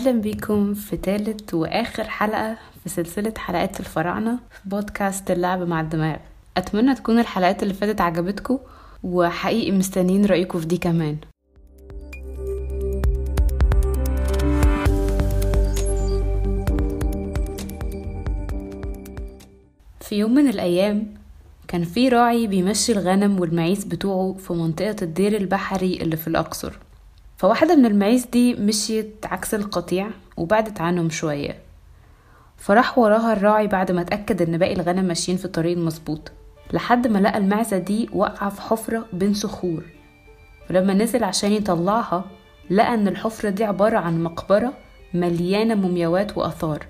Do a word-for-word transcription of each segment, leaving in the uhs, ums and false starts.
أهلا بكم في ثالث وآخر حلقة في سلسلة حلقات الفراعنة في بودكاست اللعب مع الدماغ. أتمنى تكون الحلقات اللي فاتت عجبتكم، وحقيقي مستنين رأيكم في دي كمان. في يوم من الأيام كان في راعي بيمشي الغنم والمعيز بتوعه في منطقة الدير البحري اللي في الأقصر. فواحدة من المعيز دي مشيت عكس القطيع وبعدت عنهم شوية، فراح وراها الراعي بعد ما اتأكد ان باقي الغنم ماشيين في الطريق المظبوط، لحد ما لقى المعزة دي واقعة في حفرة بين صخور. ولما نزل عشان يطلعها لقى ان الحفرة دي عبارة عن مقبرة مليانة مومياوات وآثار،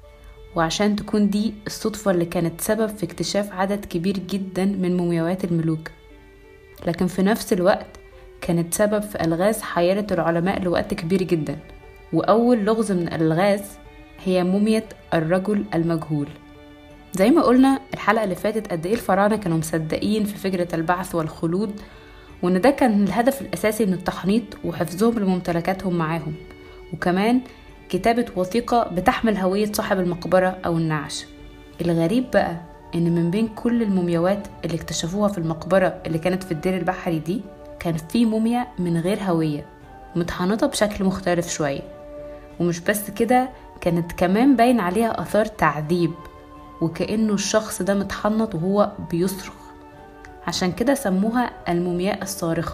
وعشان تكون دي الصدفة اللي كانت سبب في اكتشاف عدد كبير جدا من مومياوات الملوك، لكن في نفس الوقت كانت سبب في ألغاز حيرة العلماء لوقت كبير جدا. وأول لغز من الألغاز هي مومية الرجل المجهول. زي ما قلنا الحلقة اللي فاتت قد ايه الفراعنة كانوا مصدقين في فكرة البعث والخلود، وان ده كان الهدف الأساسي من التحنيط وحفظهم لممتلكاتهم معاهم، وكمان كتابة وثيقة بتحمل هوية صاحب المقبرة أو النعش. الغريب بقى ان من بين كل المومياوات اللي اكتشفوها في المقبرة اللي كانت في الدير البحري دي كان في موميا من غير هوية متحنطة بشكل مختلف شوية، ومش بس كده كانت كمان باين عليها آثار تعذيب، وكأنه الشخص ده متحنط وهو بيصرخ، عشان كده سموها المومياء الصارخة.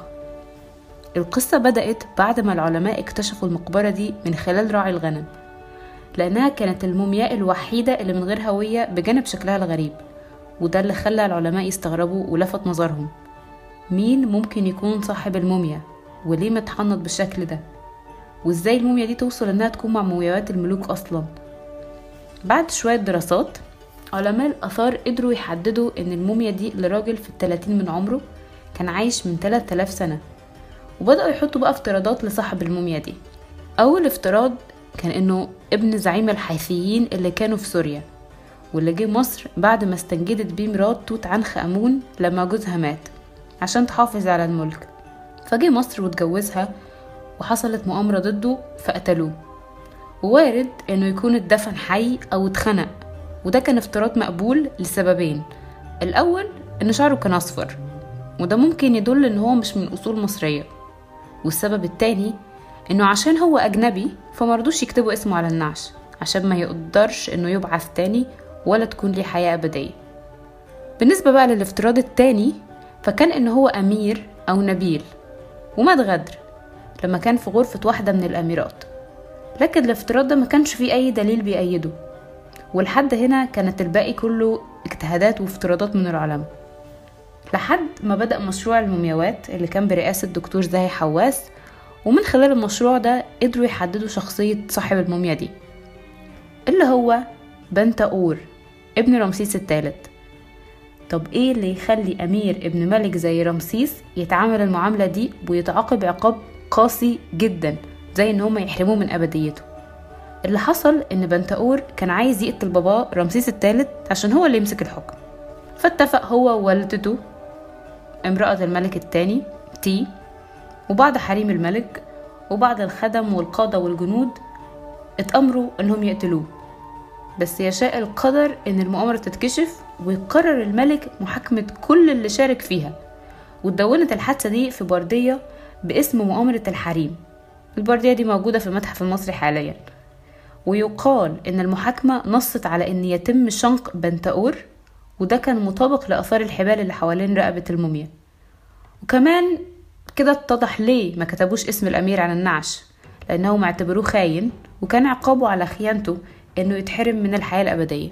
القصة بدأت بعد ما العلماء اكتشفوا المقبرة دي من خلال راعي الغنم، لأنها كانت المومياء الوحيدة اللي من غير هوية بجانب شكلها الغريب، وده اللي خلى العلماء يستغربوا ولفت نظرهم مين ممكن يكون صاحب الموميا وليه متحنط بالشكل ده، وازاي الموميا دي توصل انها تكون مع مومياوات الملوك اصلا. بعد شوية دراسات علماء الآثار قدروا يحددوا ان الموميا دي لراجل في الثلاثين من عمره كان عايش من ثلاثة آلاف سنة، وبدأوا يحطوا بقى افتراضات لصاحب الموميا دي. اول افتراض كان انه ابن زعيم الحيثيين اللي كانوا في سوريا، واللي جه مصر بعد ما استنجدت بيه مرات توت عنخ آمون لما جوزها مات عشان تحافظ على الملك، فجه مصر واتجوزها وحصلت مؤامرة ضده فقتلوه. ووارد انه يكون اتدفن حي او اتخنق، وده كان افتراض مقبول لسببين. الاول ان شعره كان اصفر، وده ممكن يدل ان هو مش من اصول مصرية. والسبب التاني انه عشان هو اجنبي فمرضوش يكتبوا اسمه على النعش عشان ما يقدرش انه يبعث تاني ولا تكون ليه حياة ابدية. بالنسبة بقى للافتراض التاني فكان انه هو امير او نبيل ومات غدر لما كان في غرفة واحدة من الاميرات، لكن الافتراض ده ما كانش فيه اي دليل بيأيده. ولحد هنا كانت الباقي كله اجتهادات وافتراضات من العلماء، لحد ما بدأ مشروع المومياوات اللي كان برئاسة دكتور زاهي حواس. ومن خلال المشروع ده قدروا يحددوا شخصية صاحب الموميا دي اللي هو بنتاور ابن رمسيس الثالث. طب ايه اللي يخلي امير ابن ملك زي رمسيس يتعامل المعاملة دي ويتعاقب عقاب قاسي جدا زي ان هم يحرموه من ابديته؟ اللي حصل ان بنتاور كان عايز يقتل باباه رمسيس الثالث عشان هو اللي يمسك الحكم، فاتفق هو ووالدته امرأة الملك الثاني تي وبعض حريم الملك وبعض الخدم والقادة والجنود اتأمروا انهم يقتلوه. بس يشاء القدر ان المؤامرة تتكشف ويقرر الملك محاكمة كل اللي شارك فيها، واتدونت الحادثة دي في بردية باسم مؤامرة الحريم. البردية دي موجودة في المتحف المصري حاليا، ويقال ان المحاكمة نصت على ان يتم شنق بنتاور، وده كان مطابق لآثار الحبال اللي حوالين رقبة الموميا. وكمان كده اتضح ليه ما كتبوش اسم الامير على النعش، لانهم اعتبروه خاين وكان عقابه على خيانته انه يتحرم من الحياة الابدية.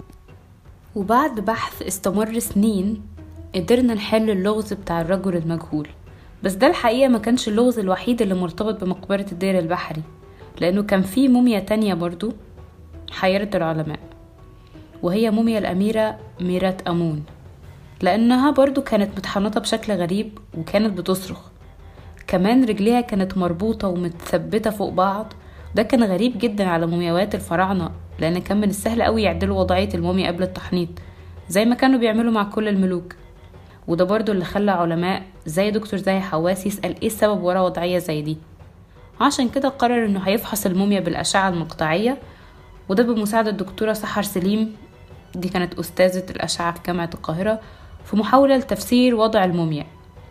وبعد بحث استمر سنين قدرنا نحل اللغز بتاع الرجل المجهول، بس ده الحقيقة ما كانش اللغز الوحيد اللي مرتبط بمقبرة الدير البحري، لانه كان فيه موميا تانية برضو حيرت العلماء، وهي موميا الاميرة ميرات آمون، لانها برضو كانت متحنطة بشكل غريب وكانت بتصرخ. كمان رجليها كانت مربوطة ومتثبتة فوق بعض، ده كان غريب جدا على مومياوات الفراعنة، لان كان من السهل قوي يعدلوا وضعية الموميا قبل التحنيط زي ما كانوا بيعملوا مع كل الملوك. وده برضو اللي خلى علماء زي دكتور زاهي حواس يسأل ايه السبب ورا وضعية زي دي. عشان كده قرر انه هيفحص الموميا بالأشعة المقطعية، وده بمساعدة الدكتورة سحر سليم، دي كانت أستاذة الأشعة في جامعة القاهرة، في محاولة لتفسير وضع الموميا.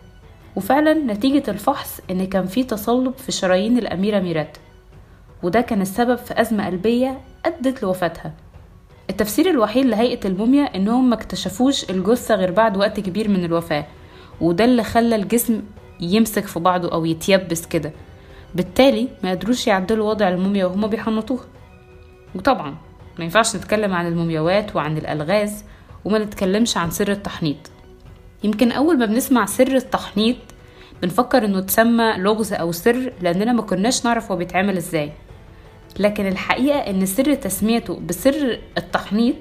وفعلا نتيجة الفحص ان كان في تصلب في شرايين الأميرة ميرات، وده كان السبب في أزمة قلبية أدت لوفاتها. التفسير الوحيد لهيئة الموميا انهم ما اكتشفوش الجثة غير بعد وقت كبير من الوفاة، وده اللي خلى الجسم يمسك في بعضه او يتيبس كده، بالتالي ما قدروش يعدلوا وضع الموميا وهما بيحنطوها. وطبعا ما ينفعش نتكلم عن المومياوات وعن الألغاز وما نتكلمش عن سر التحنيط. يمكن اول ما بنسمع سر التحنيط بنفكر انه تسمى لغز او سر، لاننا ما كناش نعرف هو بيتعمل ازاي، لكن الحقيقة ان سر تسميته بسر التحنيط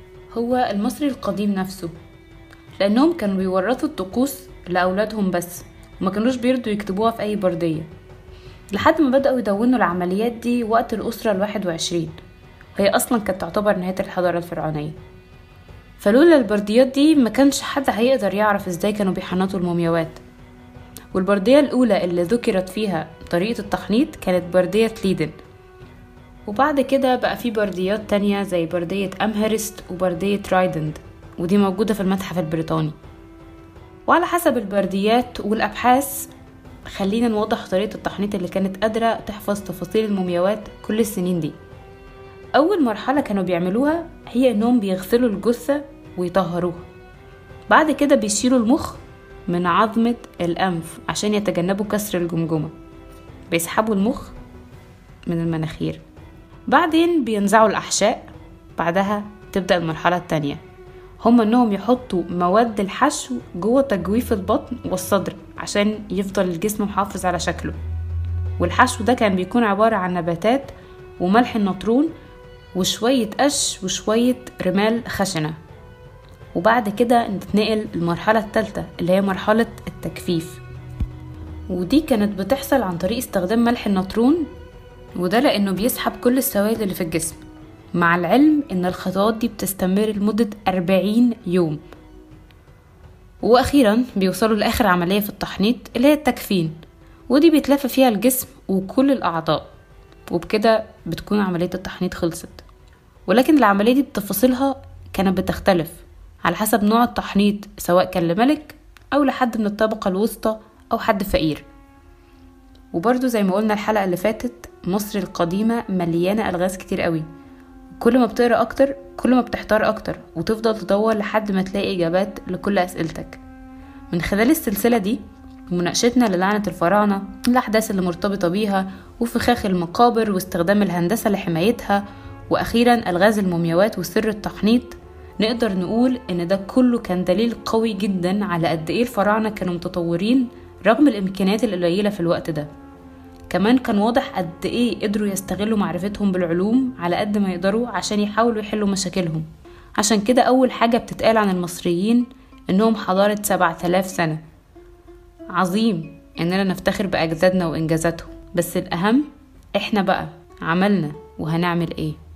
هو المصري القديم نفسه، لانهم كانوا بيورثوا الطقوس لاولادهم بس، وما كانوش بيرضوا يكتبوها في اي بردية، لحد ما بدأوا يدونوا العمليات دي وقت الأسرة الواحد وعشرين، هي اصلا كانت تعتبر نهاية الحضارة الفرعونية. فلولا البرديات دي ما كانش حد هيقدر يعرف ازاي كانوا بيحنطوا المومياوات. والبردية الاولى اللي ذكرت فيها طريقة التحنيط كانت بردية ليدن، وبعد كده بقى في برديات تانية زي بردية أمهرست وبردية رايدند، ودي موجودة في المتحف البريطاني. وعلى حسب البرديات والأبحاث خلينا نوضح طريقة التحنيط اللي كانت قادرة تحفظ تفاصيل المومياوات كل السنين دي. أول مرحلة كانوا بيعملوها هي إنهم بيغسلوا الجثة ويطهروها، بعد كده بيشيلوا المخ من عظمة الأنف عشان يتجنبوا كسر الجمجمة، بيسحبوا المخ من المناخير، بعدين بينزعوا الأحشاء. بعدها تبدأ المرحلة التانية، هم انهم يحطوا مواد الحشو جوه تجويف البطن والصدر عشان يفضل الجسم محافظ على شكله. والحشو ده كان بيكون عبارة عن نباتات وملح النطرون وشوية قش وشوية رمال خشنة. وبعد كده نتنقل المرحلة الثالثة اللي هي مرحلة التجفيف، ودي كانت بتحصل عن طريق استخدام ملح النطرون، وده لأنه بيسحب كل السوائل اللي في الجسم، مع العلم ان الخطوات دي بتستمر لمدة أربعين يوم. واخيرا بيوصلوا لاخر عملية في التحنيط اللي هي التكفين، ودي بيتلف فيها الجسم وكل الاعضاء، وبكده بتكون عملية التحنيط خلصت. ولكن العملية دي بتفاصيلها كانت بتختلف على حسب نوع التحنيط، سواء كان لملك او لحد من الطبقة الوسطى او حد فقير. وبرضو زي ما قلنا الحلقة اللي فاتت، مصر القديمة مليانة ألغاز كتير قوي، كل ما بتقرأ أكتر كل ما بتحتار أكتر، وتفضل تدور لحد ما تلاقي إجابات لكل أسئلتك. من خلال السلسلة دي ومناقشتنا للعنة الفراعنة، الأحداث اللي مرتبطة بيها، وفخاخ المقابر واستخدام الهندسة لحمايتها، وأخيرا ألغاز المومياوات وسر التحنيط، نقدر نقول إن ده كله كان دليل قوي جدا على قد إيه الفراعنة كانوا متطورين رغم الإمكانيات القليلة في الوقت ده. كمان كان واضح قد ايه قدروا يستغلوا معرفتهم بالعلوم على قد ما يقدروا عشان يحاولوا يحلوا مشاكلهم. عشان كده اول حاجة بتتقال عن المصريين انهم حضارة سبعة آلاف سنة. عظيم اننا نفتخر باجدادنا وانجازاتهم، بس الاهم احنا بقى عملنا وهنعمل ايه.